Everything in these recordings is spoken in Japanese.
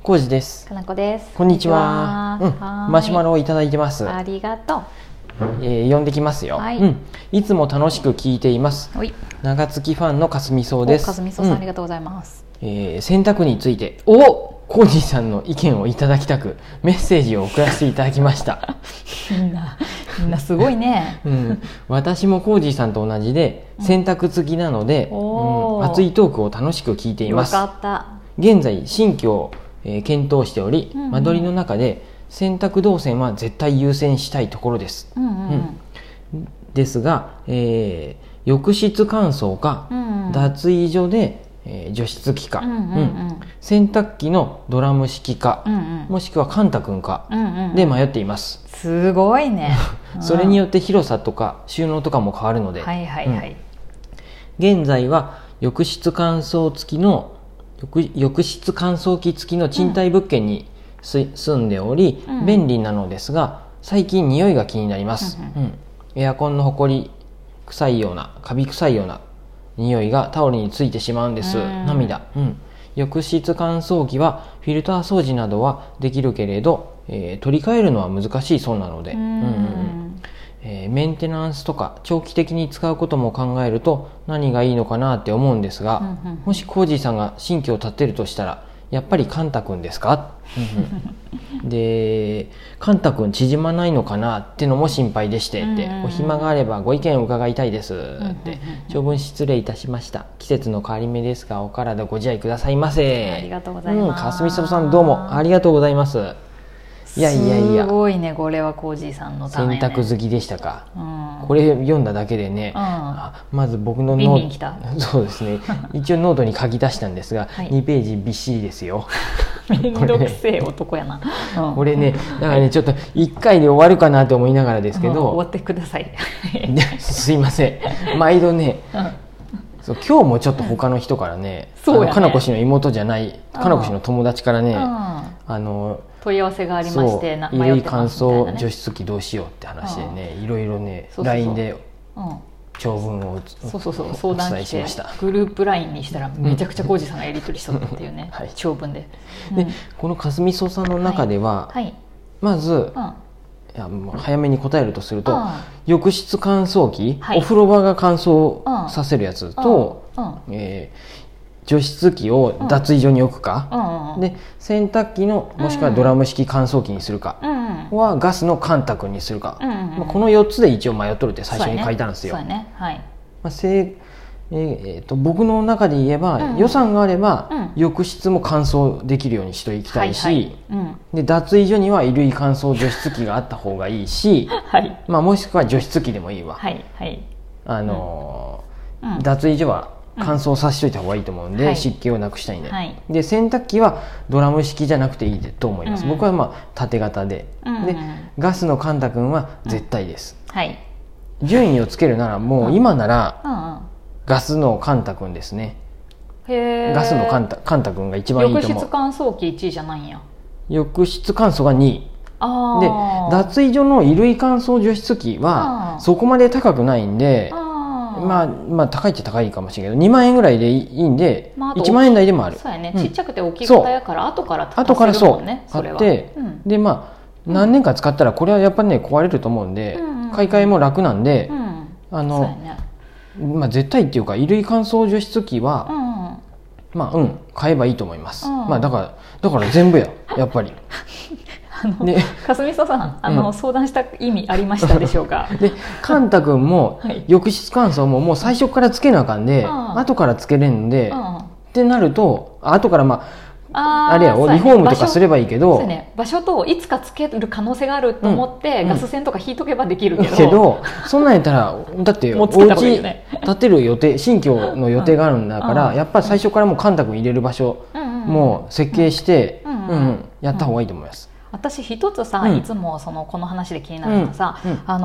コウジです。 かなこです。 こんにちは。マシュマロをいただいてます。 ありがとう。 読んできますよ。 はい。 いつも楽しく聞いています。長月ファンのかすみそうです。 かすみそうさん、ありがとうございます。 選択についてコウジさんの意見をいただきたくメッセージを送らせていただきました。 みんなすごいね。 私もコウジさんと同じで選択付きなので、熱いトークを楽しく聞いています。 よかった。 現在新居を検討しており、間取りの中で洗濯動線は絶対優先したいところです。ですが、浴室乾燥か、脱衣所で、除湿機か、洗濯機のドラム式か、もしくはカンタ君かで迷っています。 すごいね。 それによって広さとか収納とかも変わるので、現在は浴室乾燥付きの浴室乾燥機付きの賃貸物件に住んでおり、便利なのですが最近匂いが気になります。エアコンのほこり臭いようなカビ臭いような匂いがタオルについてしまうんです。涙。浴室乾燥機はフィルター掃除などはできるけれど、取り替えるのは難しいそうなので、メンテナンスとか長期的に使うことも考えると何がいいのかなって思うんですが、もしコージーさんが新居を建てるとしたらやっぱりカンタ君ですか？でカンタ君縮まないのかなってのも心配でしてって、お暇があればご意見を伺いたいですって、長文失礼いたしました。季節の変わり目ですがお体ご自愛くださいませ。 ありがとうございます。 かすみそさんどうもありがとうございます。いやすごいね。これはコージーさんのため、 洗濯好きでしたか。これ読んだだけでね、まず僕のノート、そうですね、一応ノートに書き出したんですが、2ページびっしりですよ。 めんどくせえ男やな。 これね、だからね、ちょっと1回で終わるかなと思いながらですけど、 終わってください。 すいません、毎度ね、今日もちょっと他の人からね、かなこ氏の妹じゃないかなこ氏の友達からね、 問い合わせがありまして、 衣類乾燥除湿機どうしようって話でね、いろいろね LINE で長文を相談来て、グループ LINE にしたらめちゃくちゃコージさんがやり取りしとったっていうね、長文で。 このかすみそさんの中ではまず早めに答えるとすると、浴室乾燥機、お風呂場が乾燥させるやつと、除湿機を脱衣所に置くか、で洗濯機のもしくはドラム式乾燥機にするか、はガスのカンタ君にするか、この4つで一応迷っとるって最初に書いたんですよ。僕の中で言えば、予算があれば浴室も乾燥できるようにしていきたいし、で脱衣所には衣類乾燥除湿機があった方がいいし、もしくは除湿機でもいいわ。脱衣所は乾燥させといた方がいいと思うんで、湿気をなくしたいんで、で洗濯機はドラム式じゃなくていいと思います。僕は縦型で、ガスのカンタ君は絶対です。順位をつけるならもう今ならガスのカンタ君ですね。ガスのカンタ君が一番いいと思う。 浴室乾燥機1位じゃないんや。 浴室乾燥が2位で、脱衣所の衣類乾燥除湿機はそこまで高くないんで、高いっちゃ高いかもしれないけど2万円ぐらいでいいんで、1万円台でもある。 そうやね、ちっちゃくて大きい型やから後から足せるもんね。 あって、で何年か使ったらこれはやっぱりね壊れると思うんで、買い替えも楽なんで、絶対っていうか衣類乾燥除湿機は買えばいいと思います。だから全部やっぱり。 かすみそさん、相談した意味ありましたでしょうか。 でカンタ君も浴室乾燥ももう最初からつけなあかんで、後からつけれるんで、ってなると後からあれやリフォームとかすればいいけど、 場所といつかつける可能性があると思ってガス線とか引いとけばできるけど、そんなんやったらだってお家建てる予定、新居の予定があるんだから、やっぱり最初からもうカンタ君入れる場所も設計してやった方がいいと思います。 私一つさ、いつもこの話で気になるのはさ、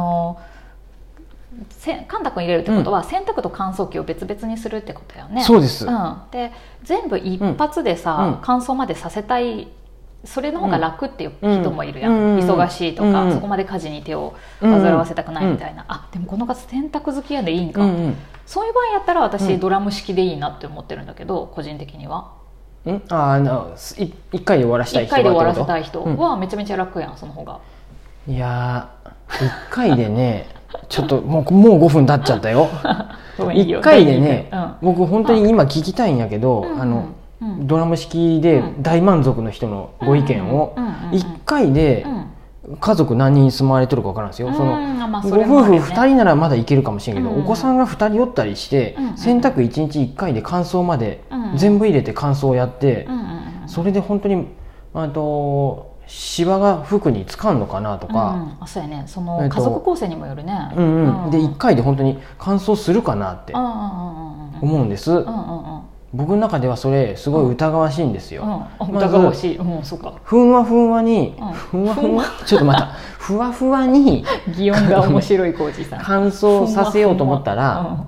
カンタ君入れるってことは、洗濯と乾燥機を別々にするってことよね。 そうです。 で全部一発でさ、乾燥までさせたい、それの方が楽っていう人もいるやん、忙しいとか、そこまで家事に手を煩わせたくないみたいな、でもこの方洗濯好きやでいいんか、そういう場合やったら私ドラム式でいいなって思ってるんだけど、個人的には。 1回で終わらせたい人 1回で終わらせたい人はめちゃめちゃ楽やん、その方が。 いや1回でねちょっともう5分経っちゃったよ1回でね、僕本当に今聞きたいんやけど、ドラム式で大満足の人のご意見を1回で家族何人住まわれてるか分からんですよ。そのご夫婦2人ならまだいけるかもしれんけど、お子さんが2人おったりして洗濯1日1回で乾燥まで全部入れて乾燥やって、それで本当にシワが服につかんのかなとか、 そうやね、その家族構成にもよるね。 で1回で本当に乾燥するかなって思うんです。僕の中ではそれすごい疑わしいんですよ。 疑わしい。そうか。 ふんわにちょっとまたふわふわに擬音が面白いコージさん。 乾燥させようと思ったら、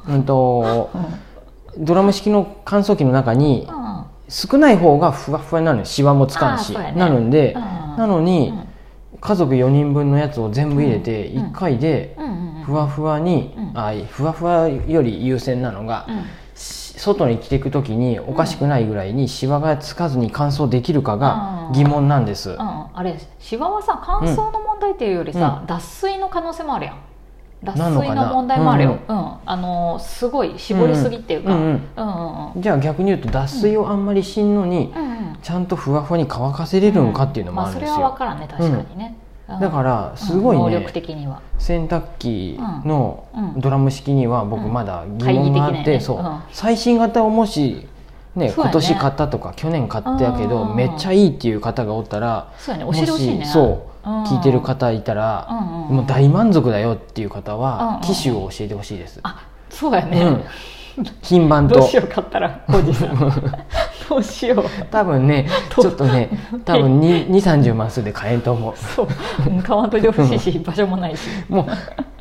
ドラム式の乾燥機の中に少ない方がふわふわになるの、シワもつかんし、なのに家族4人分のやつを全部入れて1回でふわふわに、ふわふわより優先なのが、外に着ていく時におかしくないぐらいにシワがつかずに乾燥できるかが疑問なんです。 あれシワはさ、乾燥の問題っていうよりさ、脱水の可能性もあるやん。脱水の問題もあるよ。すごい絞りすぎっていうか。 じゃあ逆に言うと脱水をあんまりしんのにちゃんとふわふわに乾かせれるのかっていうのもあるんですよ。 それは分からんね、確かにね。 だからすごいね、 能力的には洗濯機のドラム式には僕まだ疑問があって、最新型をもしね、今年買ったとか去年買ったけどめっちゃいいっていう方がおったら、もし聞いてる方いたらもう大満足だよっていう方は機種を教えてほしいです。 そうやね。 品番とどうしよう買ったらコージさんどうしよう。 多分ねちょっとね多分230万数で買えんと思う。 そう買わんといてほしいし場所もないし、もう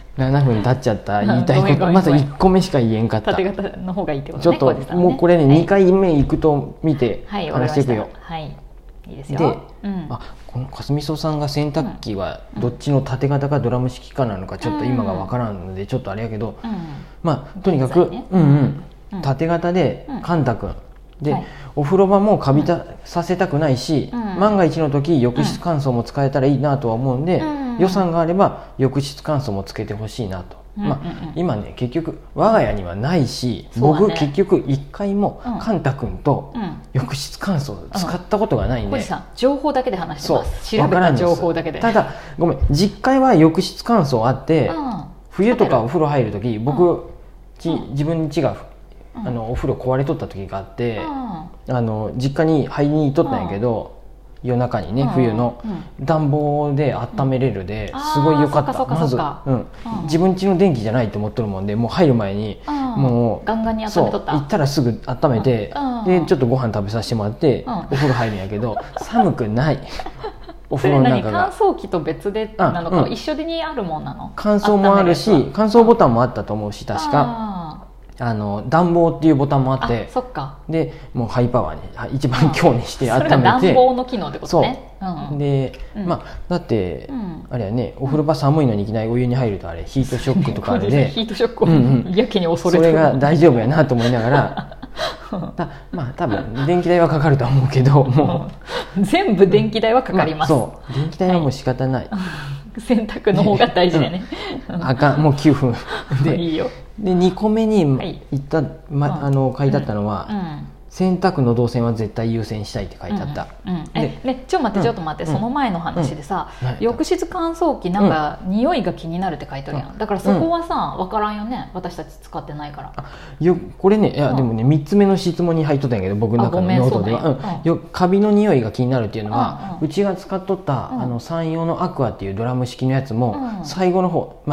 7分経っちゃった。言いたいことまず1個目しか言えんかった。 縦型の方がいいってことね。 ちょっともうこれね2回目いくと見て話していくよ。 はいいいですよ。 で、このかすみそさんが洗濯機はどっちの縦型かドラム式かなのかちょっと今が分からんのでちょっとあれやけど、とにかく縦型でカンタ君で、お風呂場もカビさせたくないし、万が一の時浴室乾燥も使えたらいいなとは思うんで、予算があれば浴室乾燥もつけてほしいなと。今ね結局我が家にはないし、僕結局1回もカンタ君と浴室乾燥使ったことがないんで、 情報だけで話してます。調べた情報だけで。 ただごめん、実家は浴室乾燥あって、冬とかお風呂入る時僕自分家がお風呂壊れとった時があって、実家に入りに行っとったんやけど、夜中にね冬の暖房で温めれるですごい良かった。まず自分家の電気じゃないと思っとるもんで、もう入る前にもうガンガンに温めとった。 行ったらすぐ温めて、でちょっとご飯食べさせてもらってお風呂入るんやけど寒くないお風呂の中が。 乾燥機と別でなのか一緒にあるもんなの？ 乾燥もあるし乾燥ボタンもあったと思うし、確か暖房っていうボタンもあって、でもうハイパワーに一番強にして温めて、それが暖房の機能ってことね。 でだってあれやね、お風呂場寒いのにいきなりお湯に入るとあれヒートショックとかあれでヒートショックをやけに恐れてる。 それが大丈夫やなと思いながら多分電気代はかかると思うけど、もう全部電気代はかかります。 そう電気代はもう仕方ない。 洗濯の方が大事だね。 あかん、もう9分でいいよ。 で2個目に書いてあったのは、洗濯の動線は絶対優先したいって書いてあった。 ちょっと待って、その前の話でさ、浴室乾燥機なんか匂いが気になるって書いてあるやん。だからそこはさ分からんよね、私たち使ってないから。 これね、いやでもね3つ目の質問に入っとったんやけど、僕の中のノートではカビの匂いが気になるっていうのは、うちが使っとった山陽のアクアっていうドラム式のやつも最後の方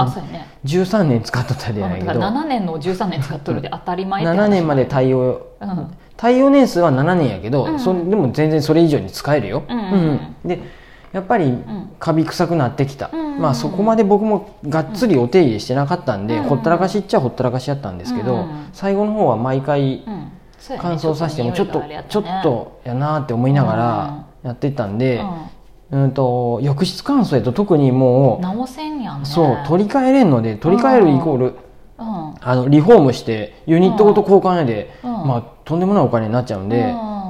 13年使っとったじゃないけど、 7年の13年使っとるで当たり前って話。 7年まで対応年数は7年やけど、でも全然それ以上に使えるよ。でやっぱりカビ臭くなってきた。そこまで僕もがっつりお手入れしてなかったんで、ほったらかしっちゃほったらかしやったんですけど、最後の方は毎回乾燥させてもちょっとやなって思いながらやってたんで、浴室乾燥やと特にもう直せんやんね。 そう取り替えれんので、取り替えるイコールリフォームしてユニットごと交換やで、とんでもないお金になっちゃうんで、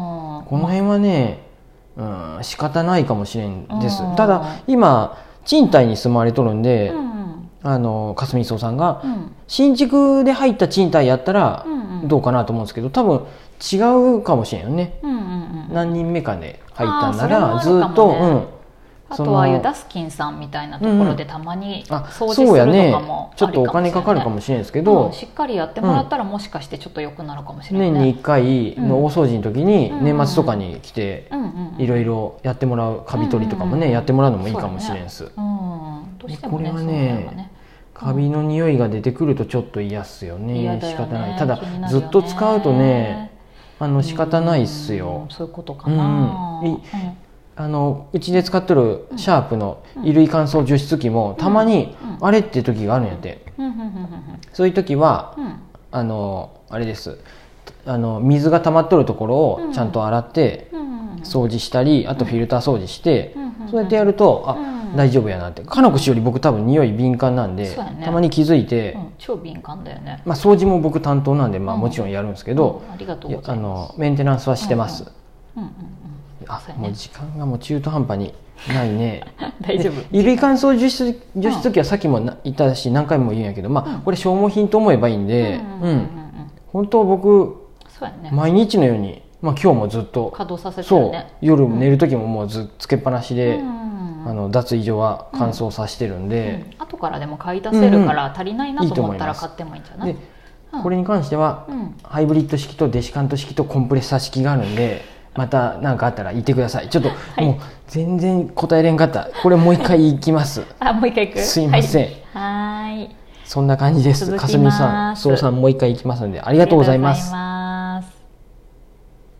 この辺はね、仕方ないかもしれんです。ただ今賃貸に住まわれとるんで、かすみそうさんが、新築で入った賃貸やったらどうかなと思うんですけど、多分違うかもしれんよね。何人目かで入ったんならずっと、 あとはああいうダスキンさんみたいなところでたまに掃除するそうやね、 とかもちょっとお金かかるかもしれないですけど、 しっかりやってもらったらもしかしてちょっと良くなるかもしれないね。 年に1回の大掃除の時に年末とかに来ていろいろやってもらう、カビ取りとかもね、やってもらうのもいいかもしれんす。これはね、カビの匂いが出てくるとちょっと嫌っすよね。仕方ない。ただずっと使うとね、仕方ないっすよ。 そういうことかな。 うちで使ってるシャープの衣類乾燥除湿機もたまにあれっていう時があるんやって。そういう時はあれです、水が溜まっとるところをちゃんと洗って掃除したり、あとフィルター掃除して、そうやってやると大丈夫やなって。かのこしより僕多分匂い敏感なんで、たまに気づいて、 超敏感だよね。 掃除も僕担当なんで、もちろんやるんですけど、 ありがとうございます。 メンテナンスはしてます。もう時間がもう中途半端にないね。 大丈夫。 衣類乾燥除湿機はさっきも言ったし何回も言うんやけど、これ消耗品と思えばいいんで、本当僕毎日のように、今日もずっと稼働させてるね。 夜寝る時ももうつけっぱなしで、脱衣所は乾燥させてるんで、 後からでも買い出せるから足りないなと思ったら買ってもいいんじゃない？ これに関してはハイブリッド式とデシカント式とコンプレッサー式があるんで、また何かあったら言ってください。ちょっともう全然答えれんかった。これもう一回いきます。 もう一回いく？ すいません。 はい。 そんな感じです。かすみさん、そうさんもう一回いきますので、ありがとうございます。